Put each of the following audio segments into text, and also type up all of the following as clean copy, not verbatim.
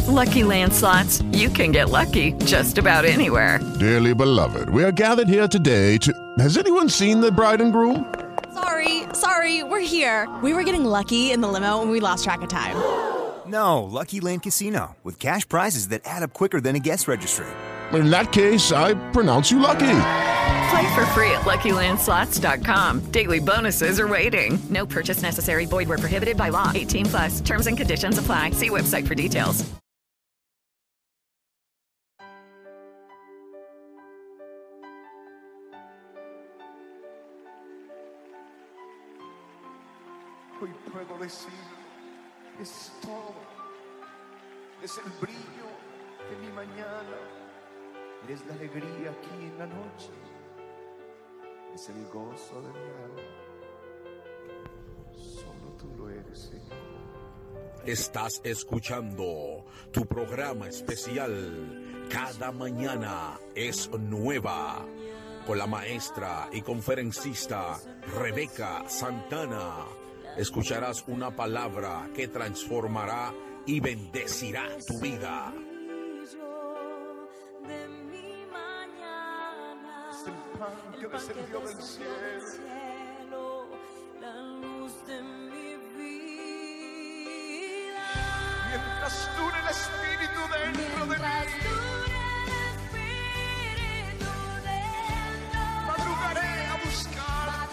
Lucky Land Slots, you can get lucky just about anywhere. Dearly beloved, we are gathered here today to... Has anyone seen the bride and groom? Sorry, we're here. We were getting lucky in the limo and we lost track of time. No, Lucky Land Casino, with cash prizes that add up quicker than a guest registry. In that case, I pronounce you lucky. Play for free at LuckyLandSlots.com. Daily bonuses are waiting. No purchase necessary. Void where prohibited by law. 18+. Terms and conditions apply. See website for details. Hoy puedo decir, es todo, es el brillo de mi mañana, eres la alegría aquí en la noche, es el gozo de mi alma, solo tú lo eres, Señor. Estás escuchando tu programa especial Cada Mañana es Nueva, con la maestra y conferencista Rebeca Santana. Escucharás una palabra que transformará y bendecirá tu vida. Es el pan que descendió del cielo, la luz de mi vida. Mientras dure el Espíritu dentro de mí, madrugaré a buscarte.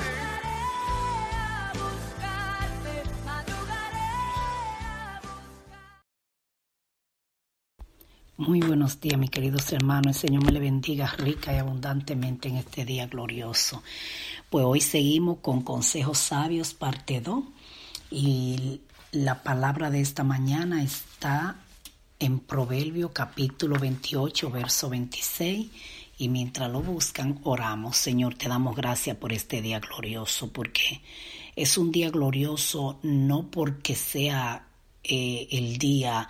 Muy buenos días, mis queridos hermanos. El Señor me le bendiga rica y abundantemente en este día glorioso. Pues hoy seguimos con Consejos Sabios, parte 2. Y la palabra de esta mañana está en Proverbio capítulo 28, verso 26. Y mientras lo buscan, oramos. Señor, te damos gracias por este día glorioso, porque es un día glorioso no porque sea el día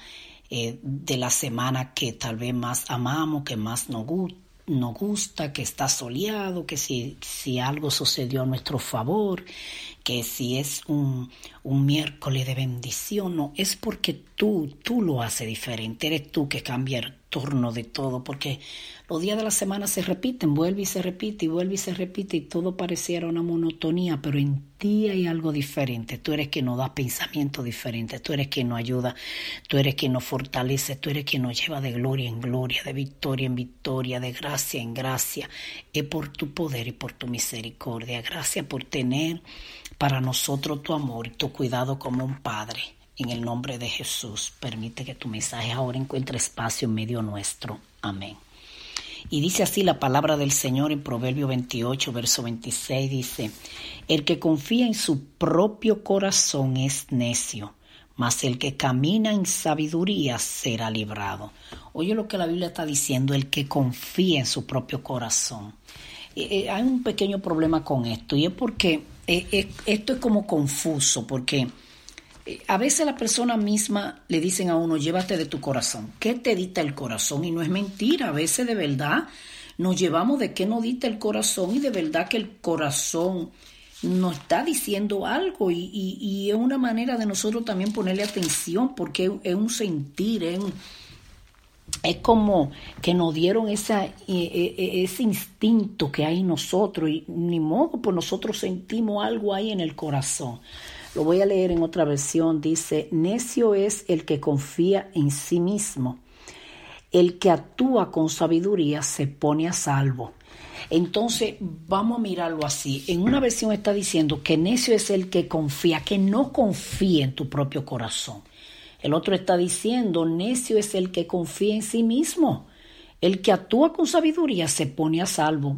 de la semana que tal vez más amamos, que más nos gusta, que está soleado, que si algo sucedió a nuestro favor, que si es un miércoles de bendición. No, es porque tú lo haces diferente, eres tú que cambia el torno de todo, porque los días de la semana se repiten, vuelve y se repite y todo pareciera una monotonía, pero en ti hay algo diferente. Tú eres quien nos da pensamientos diferentes, tú eres quien nos ayuda, tú eres quien nos fortalece, tú eres quien nos lleva de gloria en gloria, de victoria en victoria, de gracia en gracia. Es por tu poder y por tu misericordia. Gracias por tener para nosotros tu amor y tu cuidado como un padre. En el nombre de Jesús, permite que tu mensaje ahora encuentre espacio en medio nuestro. Amén. Y dice así la palabra del Señor en Proverbio 28, verso 26, dice: el que confía en su propio corazón es necio, mas el que camina en sabiduría será librado. Oye lo que la Biblia está diciendo, el que confía en su propio corazón. Hay un pequeño problema con esto, y es porque esto es como confuso, porque a veces la persona misma le dicen a uno, llévate de tu corazón. ¿Qué te dicta el corazón? Y no es mentira, a veces de verdad nos llevamos de qué nos dicta el corazón, y de verdad que el corazón nos está diciendo algo, y es una manera de nosotros también ponerle atención, porque es un sentir, es como que nos dieron ese instinto que hay en nosotros, y ni modo, pues nosotros sentimos algo ahí en el corazón. Lo voy a leer en otra versión. Dice: necio es el que confía en sí mismo. El que actúa con sabiduría se pone a salvo. Entonces, vamos a mirarlo así. En una versión está diciendo que necio es el que confía, que no confía en tu propio corazón. El otro está diciendo, necio es el que confía en sí mismo. El que actúa con sabiduría se pone a salvo.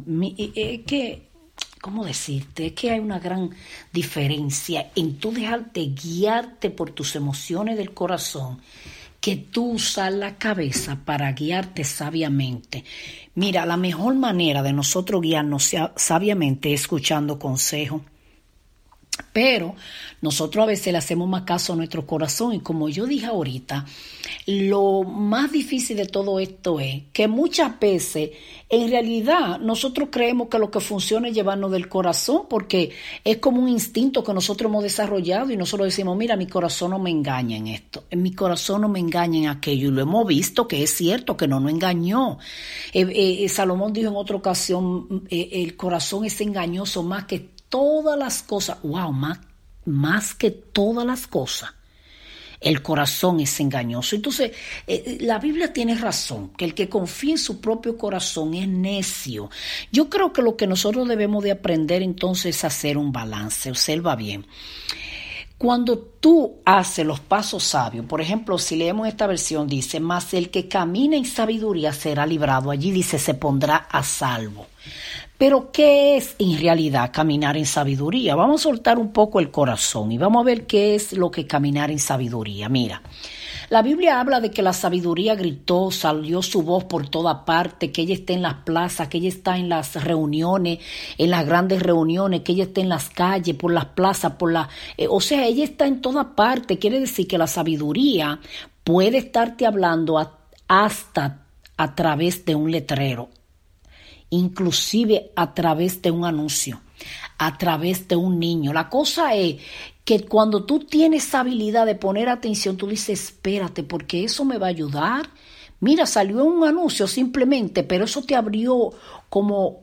¿Cómo decirte? Es que hay una gran diferencia en tú dejarte guiarte por tus emociones del corazón, que tú usas la cabeza para guiarte sabiamente. Mira, la mejor manera de nosotros guiarnos sabiamente es escuchando consejos, Pero nosotros a veces le hacemos más caso a nuestro corazón y como yo dije ahorita, lo más difícil de todo esto es que muchas veces en realidad nosotros creemos que lo que funciona es llevarnos del corazón porque es como un instinto que nosotros hemos desarrollado y nosotros decimos, mira, mi corazón no me engaña en esto, mi corazón no me engaña en aquello y lo hemos visto que es cierto que no nos engañó. Salomón dijo en otra ocasión, el corazón es engañoso más que todas las cosas, más que todas las cosas, el corazón es engañoso. Entonces, la Biblia tiene razón, que el que confía en su propio corazón es necio. Yo creo que lo que nosotros debemos de aprender entonces es hacer un balance. Observa bien. Cuando tú haces los pasos sabios, por ejemplo, si leemos esta versión, dice, mas el que camina en sabiduría será librado. Allí dice, se pondrá a salvo. Pero, ¿qué es en realidad caminar en sabiduría? Vamos a soltar un poco el corazón y vamos a ver qué es lo que caminar en sabiduría. Mira, la Biblia habla de que la sabiduría gritó, salió su voz por toda parte, que ella está en las plazas, que ella está en las reuniones, en las grandes reuniones, que ella está en las calles, por las plazas, o sea, ella está en toda parte. Quiere decir que la sabiduría puede estarte hablando hasta a través de un letrero, inclusive a través de un anuncio, a través de un niño. La cosa es que cuando tú tienes esa habilidad de poner atención, tú dices, espérate, porque eso me va a ayudar. Mira, salió un anuncio simplemente, pero eso te abrió como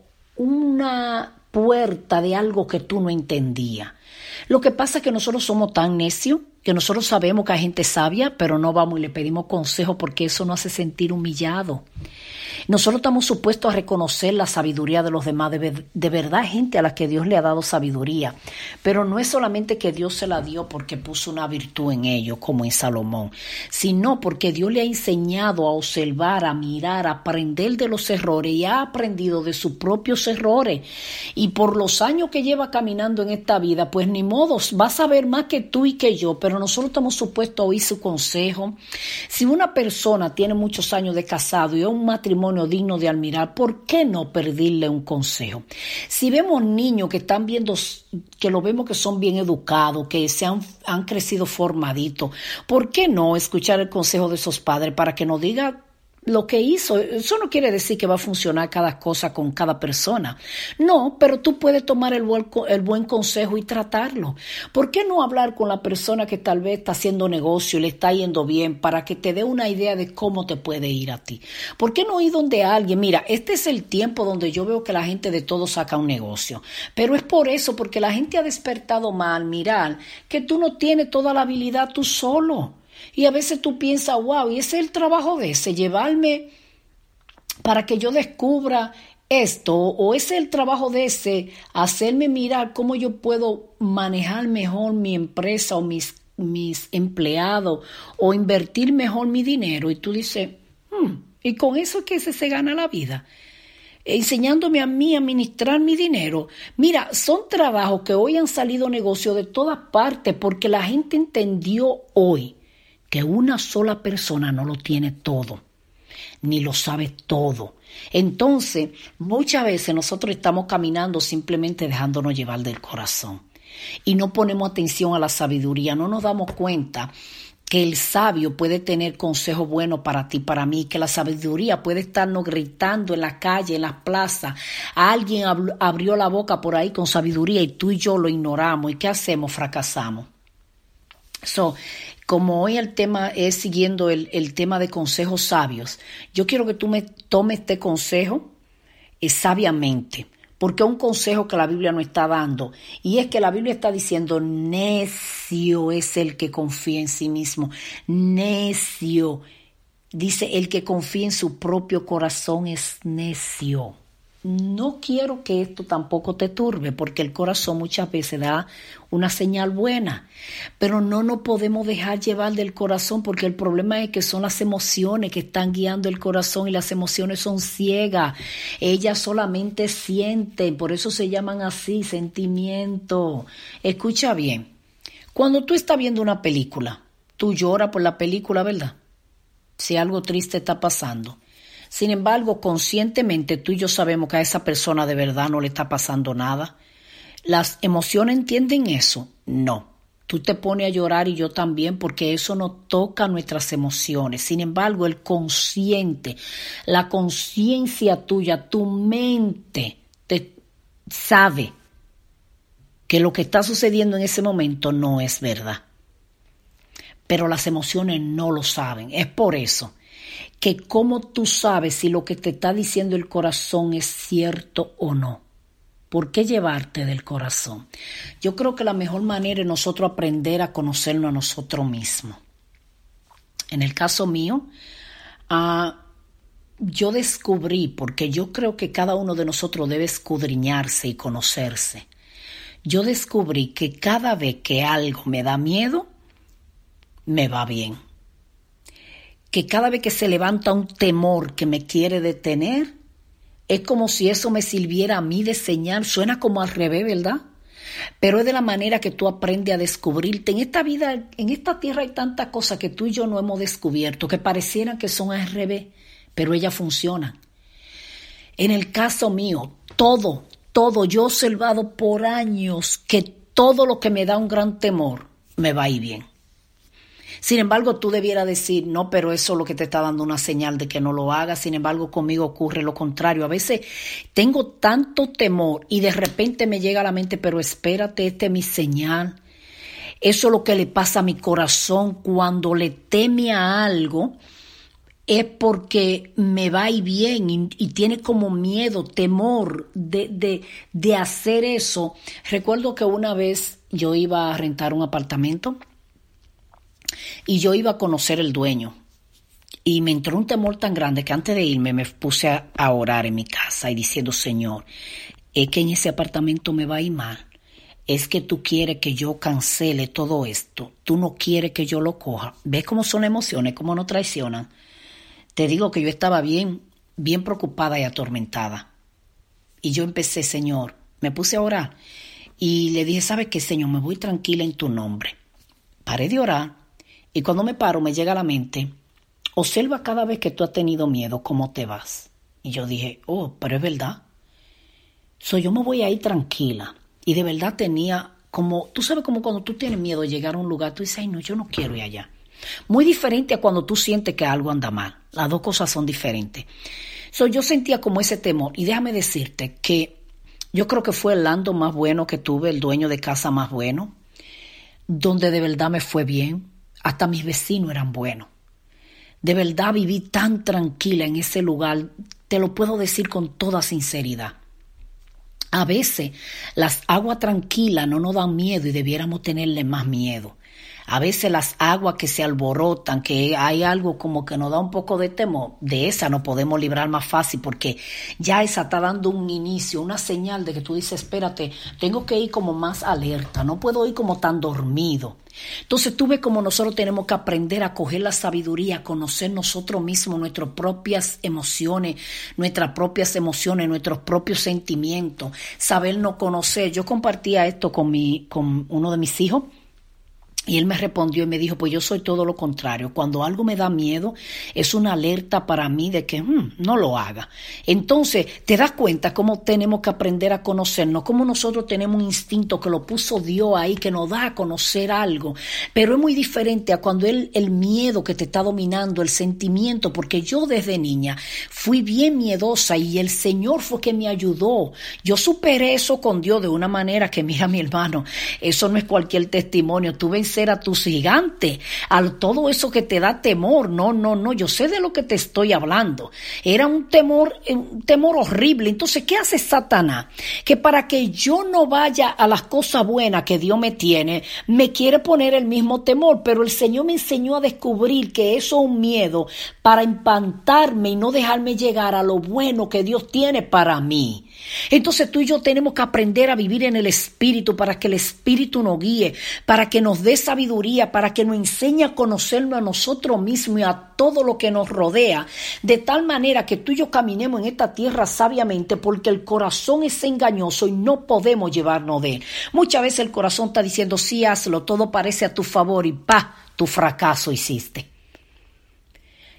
una puerta de algo que tú no entendías. Lo que pasa es que nosotros somos tan necios que nosotros sabemos que hay gente sabia, pero no vamos y le pedimos consejo porque eso nos hace sentir humillado. Nosotros estamos supuestos a reconocer la sabiduría de los demás. De verdad hay gente a la que Dios le ha dado sabiduría, pero no es solamente que Dios se la dio porque puso una virtud en ellos, como en Salomón, sino porque Dios le ha enseñado a observar, a mirar, a aprender de los errores y ha aprendido de sus propios errores. Y por los años que lleva caminando en esta vida, pues ni modo, va a saber más que tú y que yo, pero nosotros estamos supuestos a oír su consejo. Si una persona tiene muchos años de casado y es un matrimonio digno de admirar, ¿por qué no pedirle un consejo? Si vemos niños que están viendo, que lo vemos que son bien educados, que han crecido formaditos, ¿por qué no escuchar el consejo de esos padres para que nos diga lo que hizo? Eso no quiere decir que va a funcionar cada cosa con cada persona. No, pero tú puedes tomar el buen consejo y tratarlo. ¿Por qué no hablar con la persona que tal vez está haciendo negocio y le está yendo bien para que te dé una idea de cómo te puede ir a ti? ¿Por qué no ir donde alguien? Mira, este es el tiempo donde yo veo que la gente de todo saca un negocio. Pero es por eso, porque la gente ha despertado mal, mirar que tú no tienes toda la habilidad tú solo. Y a veces tú piensas, wow, y ese es el trabajo de ese, llevarme para que yo descubra esto, o ese es el trabajo de ese, hacerme mirar cómo yo puedo manejar mejor mi empresa o mis empleados, o invertir mejor mi dinero. Y tú dices, y con eso es que se gana la vida, enseñándome a mí a administrar mi dinero. Mira, son trabajos que hoy han salido negocios de todas partes porque la gente entendió hoy que una sola persona no lo tiene todo, ni lo sabe todo. Entonces, muchas veces nosotros estamos caminando simplemente dejándonos llevar del corazón y no ponemos atención a la sabiduría, no nos damos cuenta que el sabio puede tener consejos buenos para ti, para mí, que la sabiduría puede estarnos gritando en la calle, en las plazas. Alguien abrió la boca por ahí con sabiduría y tú y yo lo ignoramos. ¿Y qué hacemos? Fracasamos. Como hoy el tema es siguiendo el tema de consejos sabios, yo quiero que tú me tomes este consejo sabiamente, porque es un consejo que la Biblia nos está dando, y es que la Biblia está diciendo, necio es el que confía en sí mismo, necio, dice, el que confía en su propio corazón es necio. No quiero que esto tampoco te turbe, porque el corazón muchas veces da una señal buena, pero no nos podemos dejar llevar del corazón, porque el problema es que son las emociones que están guiando el corazón, y las emociones son ciegas, ellas solamente sienten, por eso se llaman así, sentimiento. Escucha bien, cuando tú estás viendo una película, tú lloras por la película, ¿verdad? Si algo triste está pasando. Sin embargo, conscientemente tú y yo sabemos que a esa persona de verdad no le está pasando nada. ¿Las emociones entienden eso? No. Tú te pones a llorar y yo también, porque eso no toca nuestras emociones. Sin embargo, el consciente, la conciencia tuya, tu mente te sabe que lo que está sucediendo en ese momento no es verdad. Pero las emociones no lo saben. Es por eso que cómo tú sabes si lo que te está diciendo el corazón es cierto o no. ¿Por qué llevarte del corazón? Yo creo que la mejor manera es nosotros aprender a conocernos a nosotros mismos. En el caso mío, yo descubrí, porque yo creo que cada uno de nosotros debe escudriñarse y conocerse. Yo descubrí que cada vez que algo me da miedo, me va bien. Que cada vez que se levanta un temor que me quiere detener, es como si eso me sirviera a mí de señal. Suena como al revés, ¿verdad? Pero es de la manera que tú aprendes a descubrirte. En esta vida, en esta tierra hay tantas cosas que tú y yo no hemos descubierto, que parecieran que son al revés, pero ellas funcionan. En el caso mío, todo, yo he observado por años que todo lo que me da un gran temor me va a ir bien. Sin embargo, tú debieras decir, no, pero eso es lo que te está dando una señal de que no lo hagas. Sin embargo, conmigo ocurre lo contrario. A veces tengo tanto temor y de repente me llega a la mente, pero espérate, esta es mi señal. Eso es lo que le pasa a mi corazón cuando le teme a algo. Es porque me va a ir bien y tiene como miedo, temor de hacer eso. Recuerdo que una vez yo iba a rentar un apartamento y yo iba a conocer el dueño. Y me entró un temor tan grande que antes de irme me puse a orar en mi casa y diciendo, Señor, es que en ese apartamento me va a ir mal. Es que tú quieres que yo cancele todo esto. Tú no quieres que yo lo coja. ¿Ves cómo son las emociones, cómo nos traicionan? Te digo que yo estaba bien preocupada y atormentada. Y yo empecé, Señor, me puse a orar. Y le dije, ¿sabes qué, Señor? Me voy tranquila en tu nombre. Paré de orar. Y cuando me paro, me llega a la mente, observa cada vez que tú has tenido miedo, cómo te vas. Y yo dije, pero es verdad. Yo me voy a ir tranquila. Y de verdad tenía como, tú sabes como cuando tú tienes miedo de llegar a un lugar, tú dices, ay no, yo no quiero ir allá. Muy diferente a cuando tú sientes que algo anda mal. Las dos cosas son diferentes. Yo sentía como ese temor. Y déjame decirte que yo creo que fue el lando más bueno que tuve, el dueño de casa más bueno, donde de verdad me fue bien. Hasta mis vecinos eran buenos. De verdad viví tan tranquila en ese lugar, te lo puedo decir con toda sinceridad. A veces las aguas tranquilas no nos dan miedo y debiéramos tenerle más miedo. A veces las aguas que se alborotan, que hay algo como que nos da un poco de temor, de esa nos podemos librar más fácil porque ya esa está dando un inicio, una señal de que tú dices, espérate, tengo que ir como más alerta, no puedo ir como tan dormido. Entonces tú ves como nosotros tenemos que aprender a coger la sabiduría, a conocer nosotros mismos, nuestras propias emociones, nuestros propios sentimientos, sabernos conocer. Yo compartía esto con uno de mis hijos. Y él me respondió y me dijo, pues yo soy todo lo contrario. Cuando algo me da miedo, es una alerta para mí de que no lo haga. Entonces, te das cuenta cómo tenemos que aprender a conocernos, cómo nosotros tenemos un instinto que lo puso Dios ahí, que nos da a conocer algo. Pero es muy diferente a cuando el miedo que te está dominando, el sentimiento, porque yo desde niña fui bien miedosa y el Señor fue que me ayudó. Yo superé eso con Dios de una manera que, mira mi hermano, eso no es cualquier testimonio. Tú vencer a tus gigantes, a todo eso que te da temor. No, yo sé de lo que te estoy hablando. Era un temor horrible. Entonces, ¿qué hace Satanás? Que para que yo no vaya a las cosas buenas que Dios me tiene, me quiere poner el mismo temor, pero el Señor me enseñó a descubrir que eso es un miedo para empantarme y no dejarme llegar a lo bueno que Dios tiene para mí. Entonces tú y yo tenemos que aprender a vivir en el Espíritu para que el Espíritu nos guíe, para que nos dé sabiduría, para que nos enseñe a conocernos a nosotros mismos y a todo lo que nos rodea, de tal manera que tú y yo caminemos en esta tierra sabiamente, porque el corazón es engañoso y no podemos llevarnos de él. Muchas veces el corazón está diciendo, sí, hazlo, todo parece a tu favor y tu fracaso hiciste.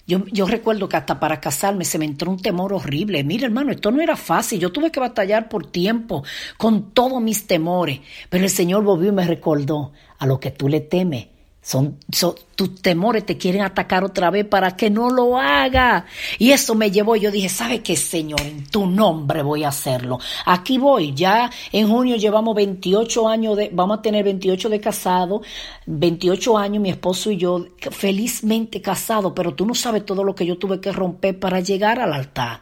Yo recuerdo que hasta para casarme se me entró un temor horrible. Mira, hermano, esto no era fácil. Yo tuve que batallar por tiempo con todos mis temores. Pero el Señor volvió y me recordó: a lo que tú le temes, tus temores te quieren atacar otra vez para que no lo haga. Y eso me llevó. Yo dije: ¿sabe qué, Señor? En tu nombre voy a hacerlo. Aquí voy. Ya en junio llevamos 28 años vamos a tener 28 de casado, 28 años mi esposo y yo felizmente casados, pero tú no sabes todo lo que yo tuve que romper para llegar al altar.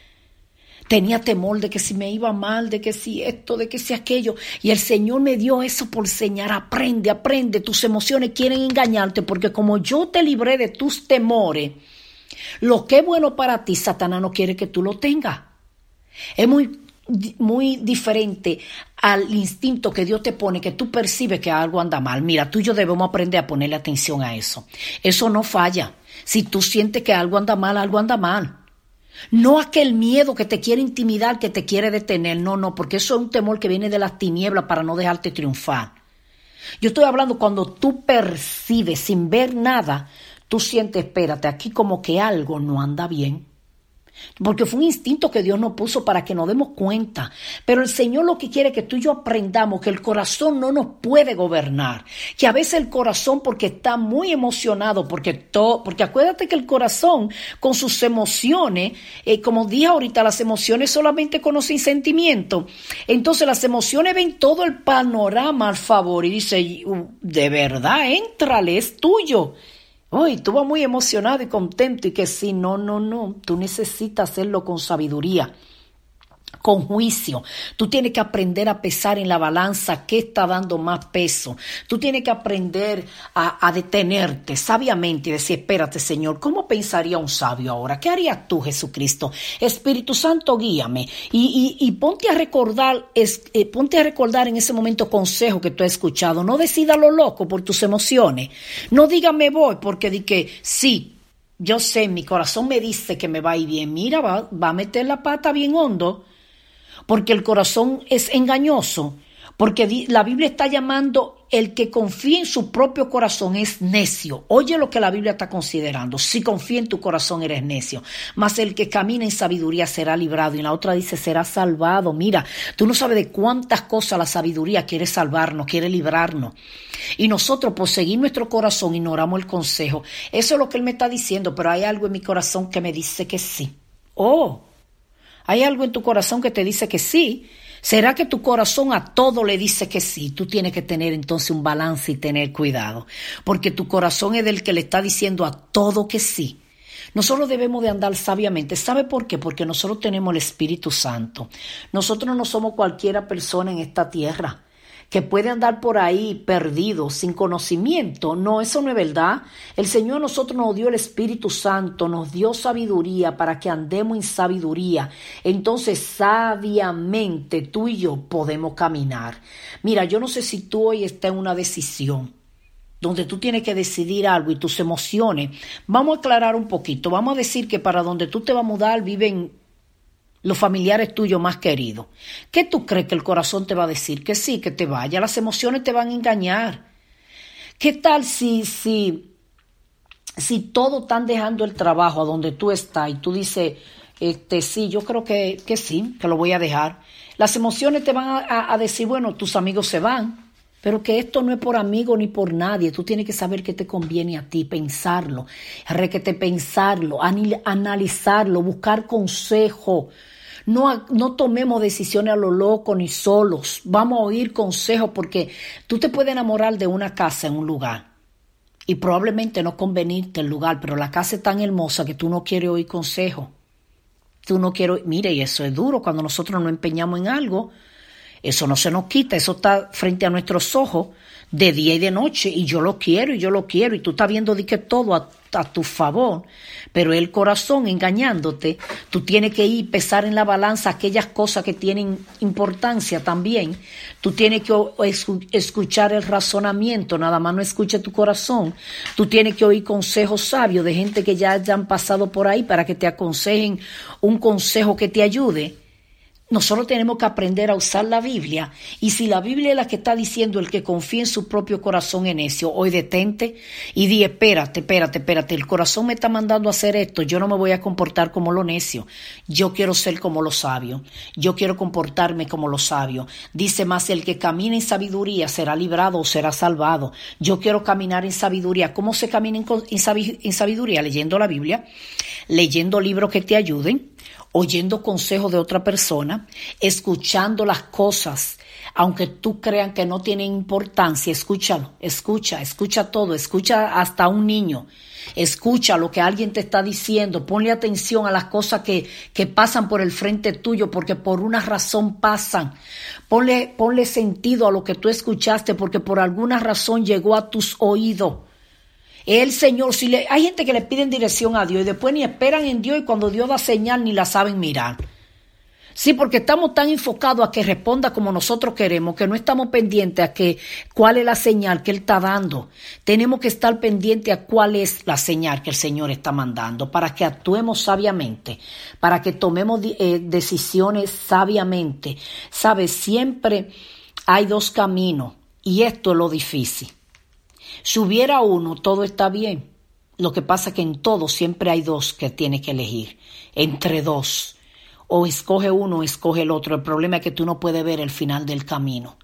Tenía temor de que si me iba mal, de que si esto, de que si aquello. Y el Señor me dio eso por señal. Aprende. Tus emociones quieren engañarte, porque como yo te libré de tus temores, lo que es bueno para ti, Satanás no quiere que tú lo tengas. Es muy diferente al instinto que Dios te pone, que tú percibes que algo anda mal. Mira, tú y yo debemos aprender a ponerle atención a eso. Eso no falla. Si tú sientes que algo anda mal, algo anda mal. No aquel miedo que te quiere intimidar, que te quiere detener. No, porque eso es un temor que viene de las tinieblas para no dejarte triunfar. Yo estoy hablando cuando tú percibes sin ver nada, tú sientes: espérate, aquí como que algo no anda bien. Porque fue un instinto que Dios nos puso para que nos demos cuenta. Pero el Señor lo que quiere es que tú y yo aprendamos que el corazón no nos puede gobernar. Que a veces el corazón, porque está muy emocionado, porque acuérdate que el corazón con sus emociones, como dije ahorita, las emociones solamente conocen sentimientos. Entonces las emociones ven todo el panorama al favor y dice: de verdad, éntrale, es tuyo. Uy, tú vas muy emocionado y contento, y que sí, no, tú necesitas hacerlo con sabiduría, con juicio. Tú tienes que aprender a pesar en la balanza qué está dando más peso. Tú tienes que aprender a detenerte sabiamente y decir: espérate, Señor, ¿cómo pensaría un sabio ahora? ¿Qué harías tú, Jesucristo? Espíritu Santo, guíame. Y ponte a recordar en ese momento consejos que tú has escuchado. No decidas lo loco por tus emociones. No digas me voy porque di que sí, yo sé, mi corazón me dice que me va a ir bien. Mira, va a meter la pata bien hondo. Porque el corazón es engañoso, porque la Biblia está llamando: el que confía en su propio corazón es necio. Oye lo que la Biblia está considerando: si confía en tu corazón eres necio, mas el que camina en sabiduría será librado. Y en la otra dice: será salvado. Mira, tú no sabes de cuántas cosas la sabiduría quiere salvarnos, quiere librarnos. Y nosotros, por seguir nuestro corazón, ignoramos el consejo. Eso es lo que él me está diciendo, pero hay algo en mi corazón que me dice que sí. Hay algo en tu corazón que te dice que sí. ¿Será que tu corazón a todo le dice que sí? Tú tienes que tener entonces un balance y tener cuidado, porque tu corazón es del que le está diciendo a todo que sí. Nosotros debemos de andar sabiamente. ¿Sabe por qué? Porque nosotros tenemos el Espíritu Santo. Nosotros no somos cualquiera persona en esta tierra que puede andar por ahí perdido, sin conocimiento. No, eso no es verdad. El Señor a nosotros nos dio el Espíritu Santo, nos dio sabiduría para que andemos en sabiduría. Entonces, sabiamente tú y yo podemos caminar. Mira, yo no sé si tú hoy estás en una decisión donde tú tienes que decidir algo y tus emociones. Vamos a aclarar un poquito. Vamos a decir que para donde tú te vas a mudar viven los familiares tuyos más queridos. ¿Qué tú crees que el corazón te va a decir? Que sí, que te vaya. Las emociones te van a engañar. ¿Qué tal si todos están dejando el trabajo a donde tú estás y tú dices: sí, yo creo que sí, que lo voy a dejar? Las emociones te van a decir: bueno, tus amigos se van. Pero que esto no es por amigo ni por nadie. Tú tienes que saber qué te conviene a ti, pensarlo, analizarlo, buscar consejo. No tomemos decisiones a lo loco ni solos. Vamos a oír consejos, porque tú te puedes enamorar de una casa en un lugar y probablemente no convenirte el lugar, pero la casa es tan hermosa que tú no quieres oír consejos. Mire, y eso es duro cuando nosotros nos empeñamos en algo. Eso no se nos quita, eso está frente a nuestros ojos de día y de noche, y yo lo quiero, y tú estás viendo de que todo a tu favor, pero el corazón engañándote. Tú tienes que ir pesar en la balanza aquellas cosas que tienen importancia también. Tú tienes que escuchar el razonamiento, nada más no escuche tu corazón. Tú tienes que oír consejos sabios de gente que ya hayan pasado por ahí para que te aconsejen un consejo que te ayude. Nosotros tenemos que aprender a usar la Biblia. Y si la Biblia es la que está diciendo el que confía en su propio corazón es necio, hoy detente y di, espérate, el corazón me está mandando a hacer esto, yo no me voy a comportar como lo necio, yo quiero ser como los sabios, yo quiero comportarme como los sabios. Dice más, el que camina en sabiduría será librado o será salvado. Yo quiero caminar en sabiduría. ¿Cómo se camina en sabiduría? Leyendo la Biblia, leyendo libros que te ayuden, oyendo consejos de otra persona, escuchando las cosas, aunque tú crean que no tienen importancia, escúchalo, escucha todo, escucha hasta a un niño, escucha lo que alguien te está diciendo, ponle atención a las cosas que pasan por el frente tuyo, porque por una razón pasan, ponle sentido a lo que tú escuchaste, porque por alguna razón llegó a tus oídos. El Señor, hay gente que le piden dirección a Dios y después ni esperan en Dios y cuando Dios da señal ni la saben mirar. Sí, porque estamos tan enfocados a que responda como nosotros queremos que no estamos pendientes a cuál es la señal que Él está dando. Tenemos que estar pendientes a cuál es la señal que el Señor está mandando para que actuemos sabiamente, para que tomemos decisiones sabiamente. ¿Sabes? Siempre hay dos caminos y esto es lo difícil. Si hubiera uno, todo está bien. Lo que pasa es que en todo siempre hay dos que tienes que elegir. Entre dos. O escoge uno o escoge el otro. El problema es que tú no puedes ver el final del camino.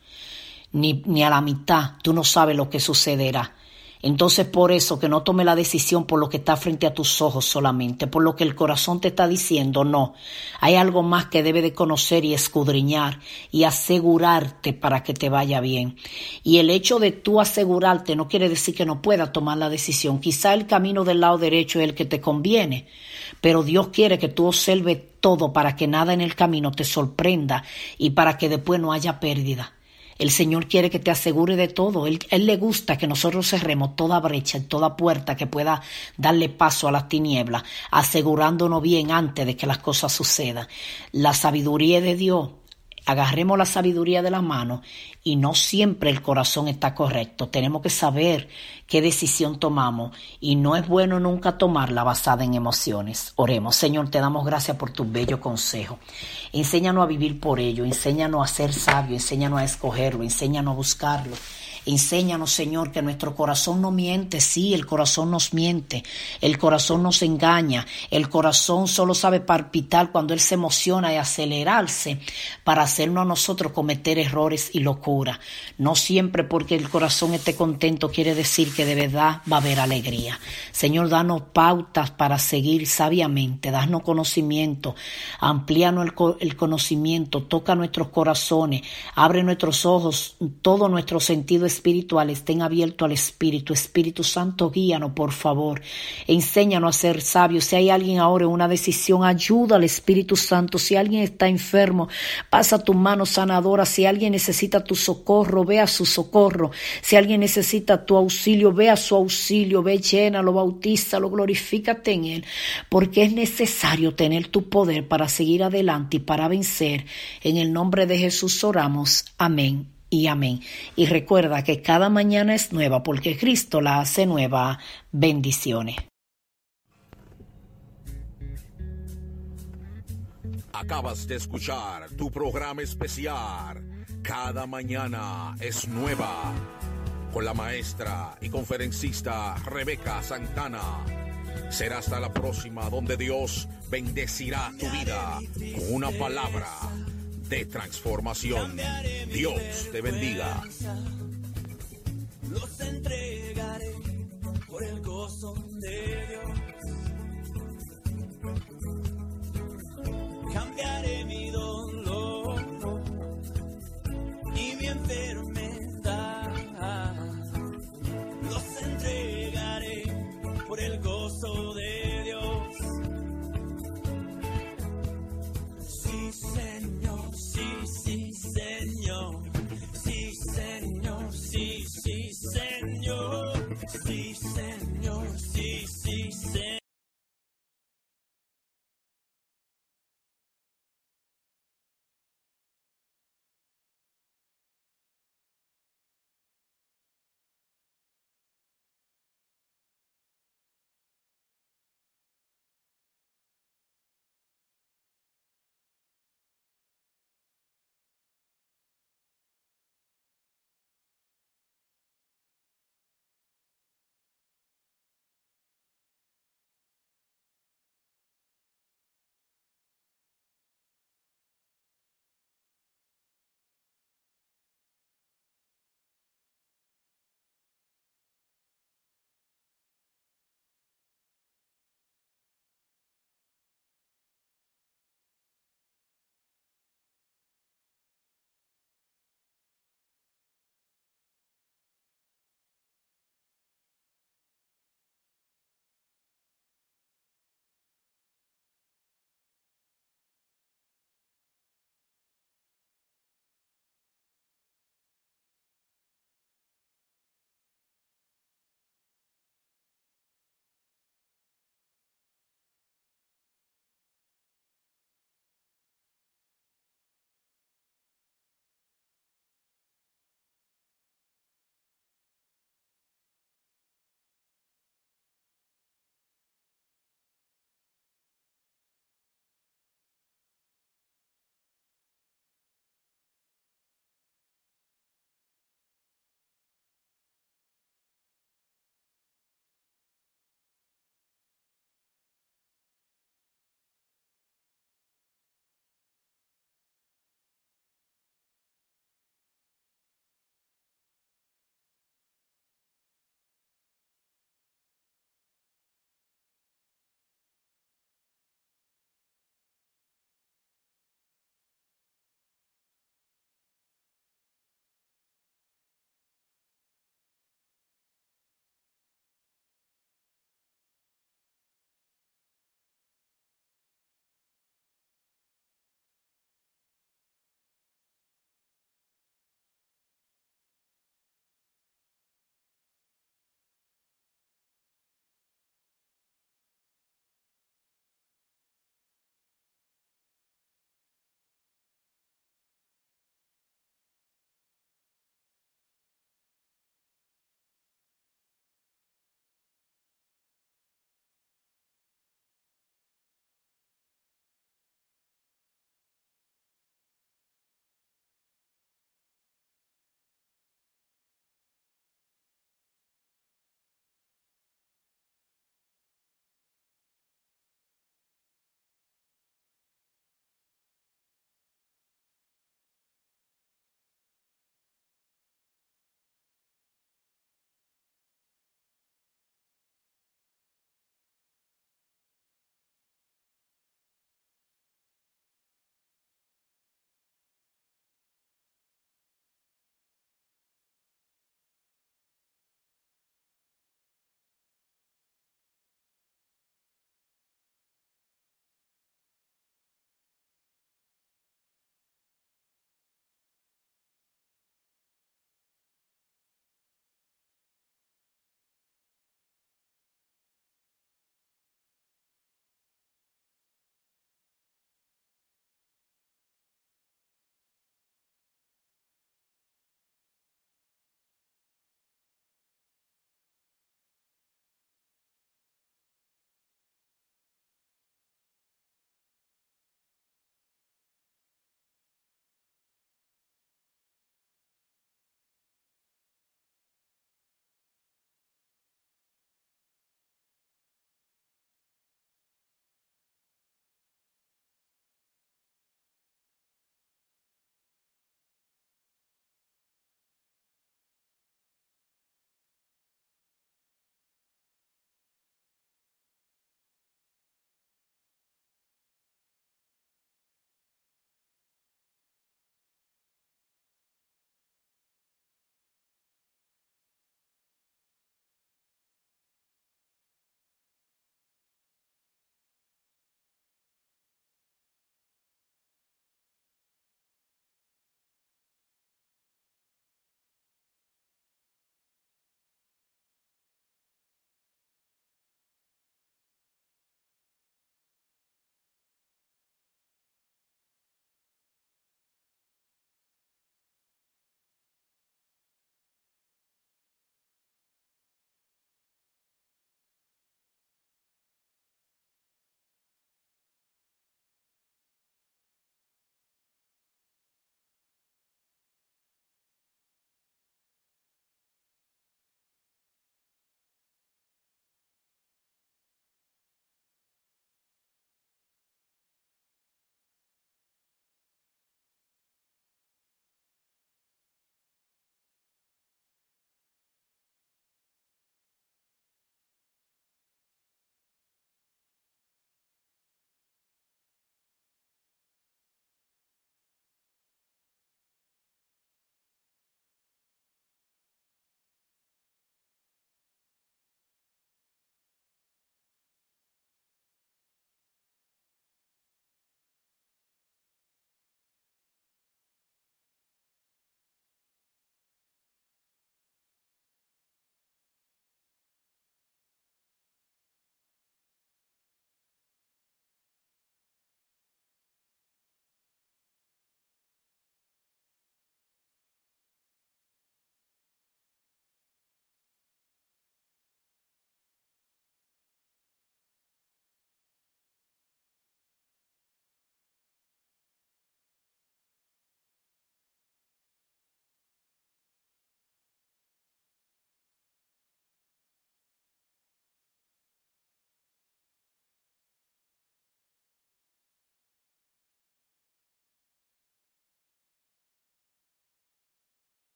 Ni a la mitad. Tú no sabes lo que sucederá. Entonces por eso que no tome la decisión por lo que está frente a tus ojos solamente, por lo que el corazón te está diciendo, no. Hay algo más que debe de conocer y escudriñar y asegurarte para que te vaya bien. Y el hecho de tú asegurarte no quiere decir que no puedas tomar la decisión. Quizá el camino del lado derecho es el que te conviene, pero Dios quiere que tú observes todo para que nada en el camino te sorprenda y para que después no haya pérdida. El Señor quiere que te asegure de todo. Él le gusta que nosotros cerremos toda brecha, toda puerta que pueda darle paso a las tinieblas, asegurándonos bien antes de que las cosas sucedan. La sabiduría de Dios. Agarremos la sabiduría de la mano y no siempre el corazón está correcto. Tenemos que saber qué decisión tomamos y no es bueno nunca tomarla basada en emociones. Oremos. Señor, te damos gracias por tu bello consejo. Enséñanos a vivir por ello, enséñanos a ser sabios, enséñanos a escogerlo, enséñanos a buscarlo. Enséñanos, Señor, que nuestro corazón no miente. Sí, el corazón nos miente, el corazón nos engaña, el corazón solo sabe palpitar cuando él se emociona y acelerarse para hacernos a nosotros cometer errores y locura. No siempre porque el corazón esté contento quiere decir que de verdad va a haber alegría. Señor, danos pautas para seguir sabiamente, danos conocimiento, amplíanos el conocimiento, toca nuestros corazones, abre nuestros ojos, todo nuestro sentido espiritual estén abiertos al Espíritu. Espíritu Santo, guíanos, por favor. Enséñanos a ser sabios. Si hay alguien ahora en una decisión, ayuda al Espíritu Santo. Si alguien está enfermo, pasa tu mano sanadora. Si alguien necesita tu socorro, ve a su socorro. Si alguien necesita tu auxilio, ve a su auxilio. Ve, llénalo, bautízalo, glorifícate en él. Porque es necesario tener tu poder para seguir adelante y para vencer. En el nombre de Jesús oramos. Amén y amén. Y recuerda que cada mañana es nueva porque Cristo la hace nueva. Bendiciones. Acabas de escuchar tu programa especial. Cada mañana es nueva. Con la maestra y conferencista Rebeca Santana. Será hasta la próxima, donde Dios bendecirá tu vida con una palabra de transformación. Dios te bendiga. Los entregaré por el gozo de Dios. Cambiaré mi dolor y mi enfermedad. Los entregaré por el gozo de Dios. Sí, Señor, sí, Señor. Sí, Señor, sí, Señor. Sí, Señor, sí, Señor.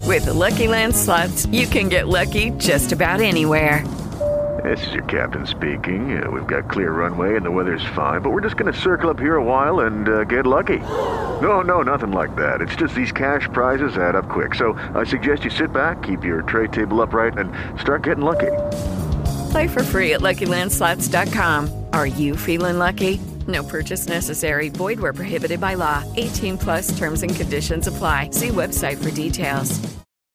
With the Lucky Land Slots, you can get lucky just about anywhere. This is your captain speaking. We've got clear runway and the weather's fine, but we're just going to circle up here a while and get lucky. No, nothing like that. It's just these cash prizes add up quick. So I suggest you sit back, keep your tray table upright, and start getting lucky. Play for free at LuckyLandSlots.com. Are you feeling lucky? No purchase necessary. Void where prohibited by law. 18+ terms and conditions apply. See website for details.